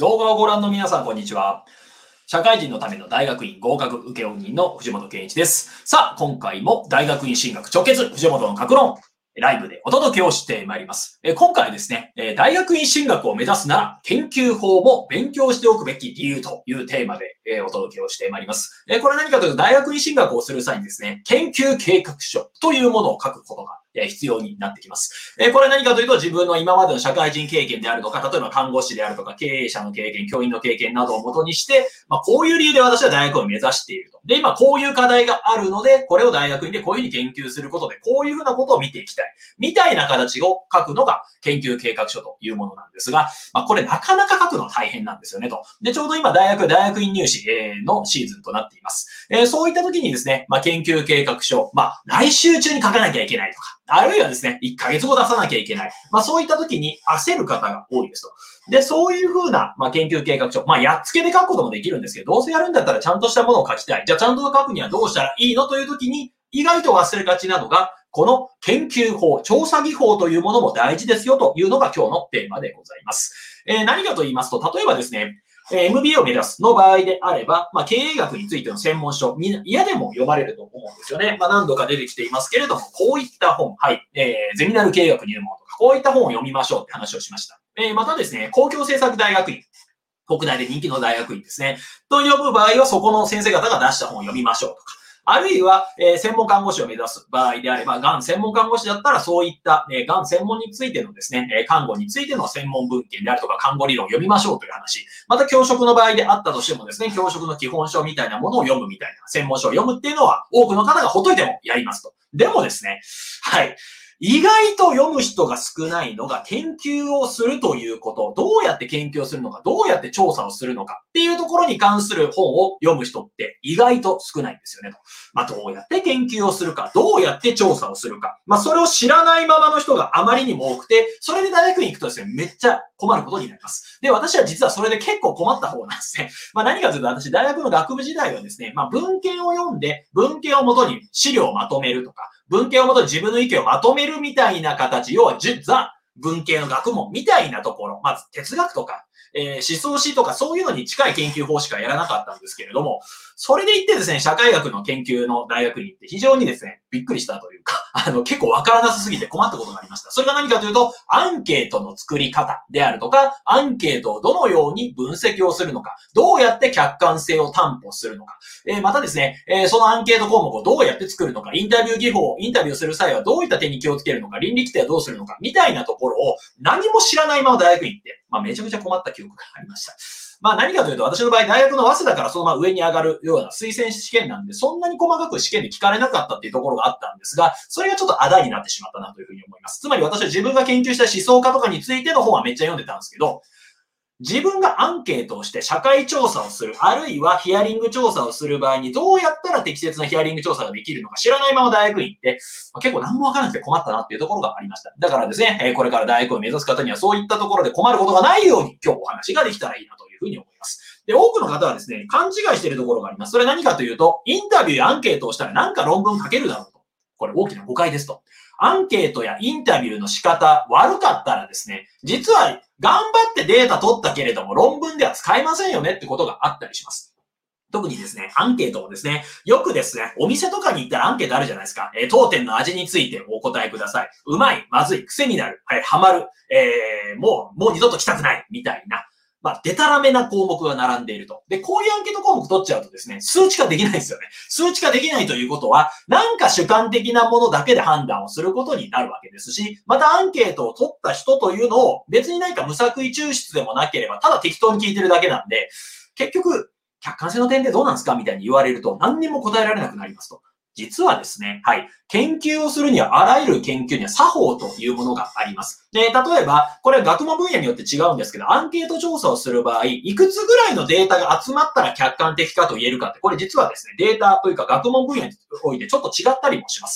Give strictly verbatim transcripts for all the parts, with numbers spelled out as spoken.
動画をご覧の皆さん、こんにちは。社会人のための大学院合格請負人の藤本健一です。さあ、今回も大学院進学直結、藤本の格論、ライブでお届けをしてまいります。え今回はですね、大学院進学を目指すなら研究法も勉強しておくべき理由というテーマでお届けをしてまいります。これは何かというと、大学院進学をする際にですね、研究計画書というものを書くことが必要になってきます。これは何かというと、自分の今までの社会人経験であるとか、例えば看護師であるとか、経営者の経験、教員の経験などをもとにして、まあ、こういう理由で私は大学を目指していると。で、今こういう課題があるので、これを大学院でこういうふうに研究することで、こういうふうなことを見ていきたい。みたいな形を書くのが研究計画書というものなんですが、まあ、これなかなか書くの大変なんですよねと。で、ちょうど今大学、大学院入試のシーズンとなっています。えー、そういった時にですね、まあ、研究計画書、まあ、来週中に書かなきゃいけないとか、あるいはですね、いっかげつご出さなきゃいけない。まあそういった時に焦る方が多いですと。で、そういう風な、まあ、研究計画書、まあやっつけで書くこともできるんですけど、どうせやるんだったらちゃんとしたものを書きたい。じゃあちゃんと書くにはどうしたらいいのという時に、意外と忘れがちなのが、この研究法、調査技法というものも大事ですよというのが今日のテーマでございます。えー、何かと言いますと、例えばですね、エムビーエー を目指すの場合であれば、まあ、経営学についての専門書、みんな嫌でも読まれると思うんですよね。まあ、何度か出てきていますけれども、こういった本、はい、えー、ゼミナル経営学入門とか、こういった本を読みましょうって話をしました。えー、またですね、公共政策大学院。国内で人気の大学院ですね。と呼ぶ場合は、そこの先生方が出した本を読みましょうとか。あるいは、えー、専門看護師を目指す場合であれば、がん専門看護師だったら、そういった、えー、がん専門についてのですね、えー、看護についての専門文献であるとか、看護理論を読みましょうという話。また、教職の場合であったとしてもですね、教職の基本書みたいなものを読むみたいな、専門書を読むっていうのは、多くの方がほっといてもやりますと。でもですね、はい。意外と読む人が少ないのが研究をするということ、どうやって研究をするのか、どうやって調査をするのかっていうところに関する本を読む人って意外と少ないんですよねと。まあ、どうやって研究をするか、どうやって調査をするか。まあ、それを知らないままの人があまりにも多くて、それで大学に行くとですね、めっちゃ困ることになります。で、私は実はそれで結構困った方なんですね。まあ、何かというと私、大学の学部時代はですね、まあ、文献を読んで、文献をもとに資料をまとめるとか、文献をもとに自分の意見をまとめるみたいな形、要はザ文系の学問みたいなところ、まず哲学とか、えー、思想史とかそういうのに近い研究法しかやらなかったんですけれども、それで言ってですね、社会学の研究の大学に行って非常にですね、びっくりしたというか、あの、結構わからなさすぎて困ったことがありました。それが何かというと、アンケートの作り方であるとか、アンケートをどのように分析をするのか、どうやって客観性を担保するのか、えー、またですね、えー、そのアンケート項目をどうやって作るのか、インタビュー技法、インタビューする際はどういった点に気をつけるのか、倫理規定はどうするのか、みたいなところを何も知らないまま大学に行って、まあめちゃくちゃ困った記憶がありました。まあ何かというと、私の場合、大学の早稲田からそのまま上に上がるような推薦試験なんで、そんなに細かく試験で聞かれなかったっていうところがあったんですが、それがちょっとあだになってしまったなというふうに思います。つまり私は自分が研究した思想家とかについての本はめっちゃ読んでたんですけど、自分がアンケートをして社会調査をする、あるいはヒアリング調査をする場合にどうやったら適切なヒアリング調査ができるのか知らないまま大学に行って、結構何もわからなくて困ったなっていうところがありました。だからですね、これから大学を目指す方にはそういったところで困ることがないように今日お話ができたらいいなというふうに思います。で、多くの方はですね、勘違いしているところがあります。それは何かというと、インタビューやアンケートをしたらなんか論文書けるだろうと。これ大きな誤解ですと。アンケートやインタビューの仕方悪かったらですね、実は頑張ってデータ取ったけれども論文では使えませんよねってことがあったりします。特にですね、アンケートをですね、よくですね、お店とかに行ったらアンケートあるじゃないですか。えー、当店の味についてお答えください。うまい、まずい、癖になる、はい、ハマる、えー、もう、もう二度と来たくない、みたいな。まあ、デタラメな項目が並んでいると。で、こういうアンケート項目取っちゃうとですね、数値化できないですよね。数値化できないということは、なんか主観的なものだけで判断をすることになるわけですし、またアンケートを取った人というのを別に何か無作為抽出でもなければ、ただ適当に聞いてるだけなんで、結局、客観性の点でどうなんですかみたいに言われると何にも答えられなくなりますと。実はですね、はい。研究をするには、あらゆる研究には作法というものがあります。で、例えば、これは学問分野によって違うんですけど、アンケート調査をする場合、いくつぐらいのデータが集まったら客観的かと言えるかって、これ実はですね、データというか学問分野においてちょっと違ったりもします。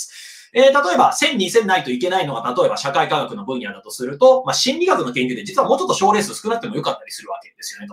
えー、例えば、せん、にせんないといけないのが、例えば社会科学の分野だとすると、まあ、心理学の研究で実はもうちょっと症例数少なくてもよかったりするわけですよねと。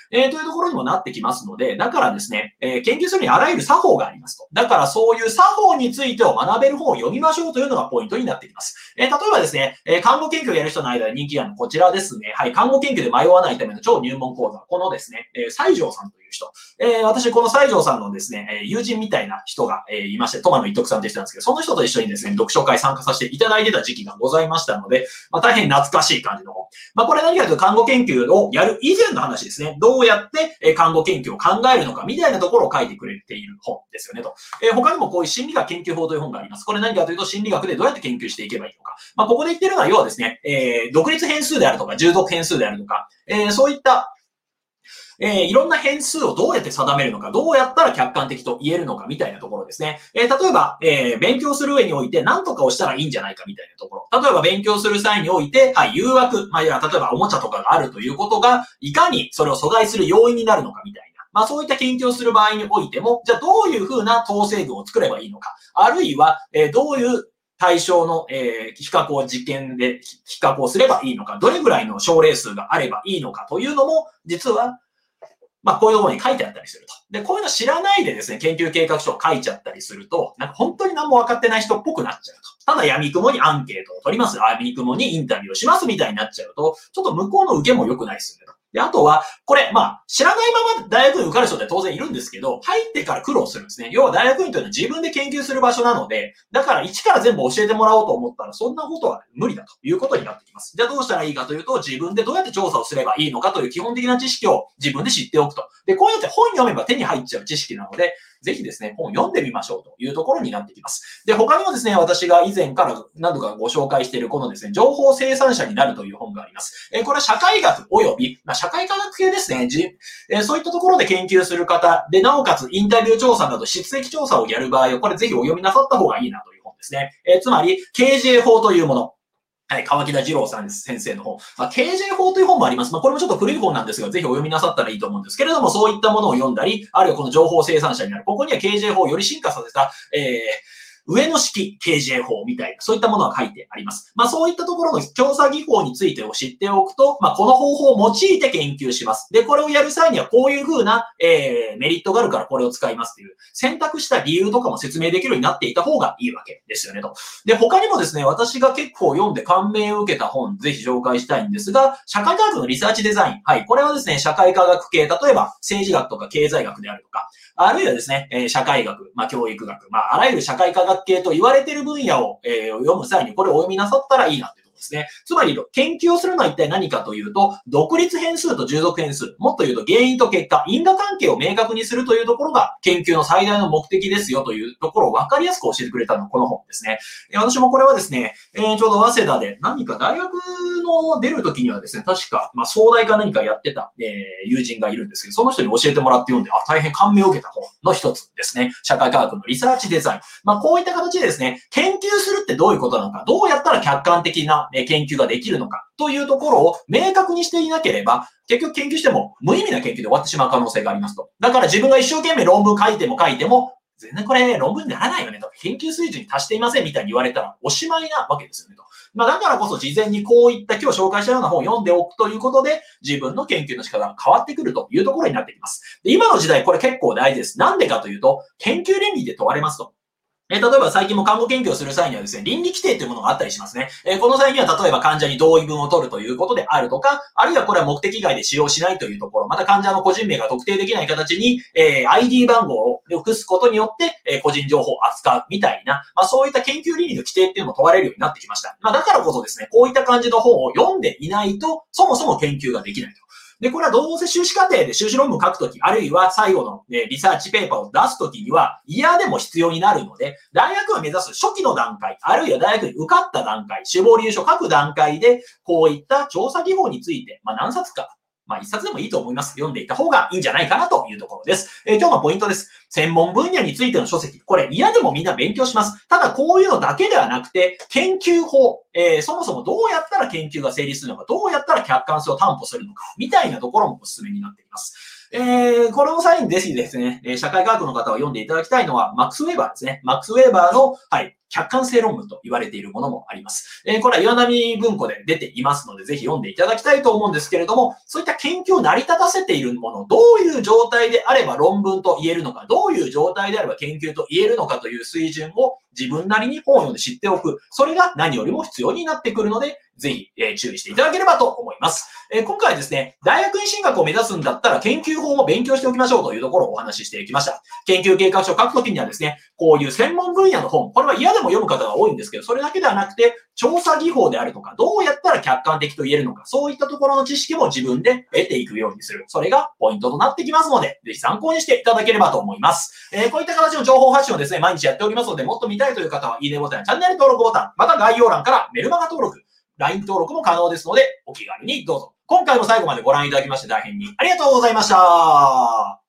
えー、というところにもなってきますので、だからですね、えー、研究するにあらゆる作法がありますと。だからそういう作法についてを学べる本を読みましょうというのがポイントになってきます。えー、例えばですね、えー、看護研究をやる人の間で人気なのこちらですね。はい、看護研究で迷わないための超入門講座。このですね、えー、西条さんという人。えー、私、この西条さんのですね、友人みたいな人が、えー、いまして、トマの一徳さんという人なんですけど、その人と一緒にですね、読書会参加させていただいてた時期がございましたので、まあ、大変懐かしい感じの本。まあ、これ何かというと看護研究をやる以前の話ですね。どうやって、えー、看護研究を考えるのかみたいなところを書いてくれている本ですよねと。えー、他にもこういう心理学研究法という本があります。これ何かというと心理学でどうやって研究していけばいいのか。まあ、ここで言ってるのは要はですね、えー、独立変数であるとか、従属変数であるとか、えー、そういったえー、いろんな変数をどうやって定めるのか、どうやったら客観的と言えるのかみたいなところですね。えー、例えば、えー、勉強する上において何とかをしたらいいんじゃないかみたいなところ。例えば勉強する際において、はい、誘惑、まあ、いや、例えばおもちゃとかがあるということが、いかにそれを阻害する要因になるのかみたいな。まあそういった研究をする場合においても、じゃあどういうふうな統制群を作ればいいのか。あるいは、えー、どういう対象の、えー、比較を実験で比較をすればいいのか。どれぐらいの症例数があればいいのかというのも、実は、まあ、こういうところに書いてあったりすると。で、こういうの知らないでですね、研究計画書を書いちゃったりすると、なんか本当に何も分かってない人っぽくなっちゃうと。ただ闇雲にアンケートを取ります。闇雲にインタビューをしますみたいになっちゃうと、ちょっと向こうの受けも良くないですよね。で、あとは、これ、まあ、知らないまま大学院受かる人って当然いるんですけど、入ってから苦労するんですね。要は大学院というのは自分で研究する場所なので、だから一から全部教えてもらおうと思ったら、そんなことは無理だということになってきます。じゃあどうしたらいいかというと、自分でどうやって調査をすればいいのかという基本的な知識を自分で知っておくと。で、こういうのって本読めば手に入っちゃう知識なので、ぜひですね、本を読んでみましょうというところになってきます。で、他にもですね、私が以前から何度かご紹介しているこのですね、情報生産者になるという本があります。えこれは社会学及び、まあ、社会科学系ですね、じえそういったところで研究する方で、なおかつインタビュー調査など質的調査をやる場合は、これぜひお読みなさった方がいいなという本ですね。えつまり、ケージェー 法というもの。はい、川木田二郎さん先生の本。まあ、ケージェー 法という本もあります。まあ、これもちょっと古い本なんですが、ぜひお読みなさったらいいと思うんですけれども、そういったものを読んだり、あるいはこの情報生産者になる。ここには ケージェー 法をより進化させた、えー、上の式 ケージェー 法みたいな、そういったものが書いてあります。まあそういったところの調査技法についてを知っておくと、まあこの方法を用いて研究します。で、これをやる際にはこういう風な、えー、メリットがあるからこれを使いますという、選択した理由とかも説明できるようになっていた方がいいわけですよねと。で、他にもですね、私が結構読んで感銘を受けた本、ぜひ紹介したいんですが、社会科学のリサーチデザイン。はい、これはですね、社会科学系、例えば政治学とか経済学であるとか、あるいはですね、えー、社会学、まあ、教育学、まあ、あらゆる社会科学系と言われている分野を、えー、読む際にこれをお読みなさったらいいなっていうところですね。つまり、研究をするのは一体何かというと、独立変数と従属変数、もっと言うと原因と結果、因果関係を明確にするというところが研究の最大の目的ですよというところを分かりやすく教えてくれたのがこの本ですね。えー、私もこれはですね、えー、ちょうど早稲田で何か大学の出るときにはですね、確か、まあ、総大か何かやってた、えー、友人がいるんですけど、その人に教えてもらって読んで、あ、大変感銘を受けた本の一つですね。社会科学のリサーチデザイン。まあ、こういった形でですね、研究するってどういうことなのか、どうやったら客観的な研究ができるのか、というところを明確にしていなければ、結局研究しても無意味な研究で終わってしまう可能性がありますと。だから自分が一生懸命論文書いても書いても、全然これ論文にならないよねと。研究水準に達していませんみたいに言われたらおしまいなわけですよねと。まあだからこそ事前にこういった今日紹介したような本を読んでおくということで、自分の研究の仕方が変わってくるというところになってきます。で、今の時代これ結構大事です。なんでかというと、研究倫理で問われますと。えー、例えば最近も看護研究をする際にはですね、倫理規定というものがあったりしますね。えー、この際には例えば患者に同意文を取るということであるとか、あるいはこれは目的外で使用しないというところ、また患者の個人名が特定できない形に、えー、アイディー 番号を複すことによって、えー、個人情報を扱うみたいな、まあそういった研究倫理の規定っていうのも問われるようになってきました。まあだからこそですね、こういった感じの本を読んでいないと、そもそも研究ができないと。で、これはどうせ修士課程で修士論文書くとき、あるいは最後の、ね、リサーチペーパーを出すときには嫌でも必要になるので、大学を目指す初期の段階、あるいは大学に受かった段階、志望理由書書く段階で、こういった調査技法について、まあ何冊か、まあ一冊でもいいと思います。読んでいった方がいいんじゃないかなというところです。えー、今日のポイントです。専門分野についての書籍。これ嫌でもみんな勉強します。ただこういうのだけではなくて、研究法、えー、そもそもどうやったら研究が成立するのか、どうやったら客観性を担保するのか、みたいなところもおすすめになっています。 えー、この際にぜひですね、えー社会科学の方は読んでいただきたいのは、マックス・ウェーバーですね。マックス・ウェーバーの、はい、客観性論文と言われているものもあります。えー、これは岩波文庫で出ていますので、ぜひ読んでいただきたいと思うんですけれども、そういった研究を成り立たせているもの、どういう状態であれば論文と言えるのか、どういう状態であれば研究と言えるのかという水準を自分なりに本を読んで知っておく。それが何よりも必要になってくるので、ぜひ、えー注意していただければと思います。えー今回はですね、大学院進学を目指すんだったら研究法も勉強しておきましょうというところをお話ししていきました。研究計画書を書くときにはですね、こういう専門分野の本、これは嫌でも読む方が多いんですけど、それだけではなくて、調査技法であるとか、どうやったら客観的と言えるのか、そういったところの知識も自分で得ていくようにする。それがポイントとなってきますので、ぜひ参考にしていただければと思います。えーこういった形の情報発信をですね、毎日やっておりますので、もっと見たいという方は、いいねボタンやチャンネル登録ボタン、また概要欄からメルマガ登録、ライン 登録も可能ですので、お気軽にどうぞ。今回も最後までご覧いただきまして大変にありがとうございました。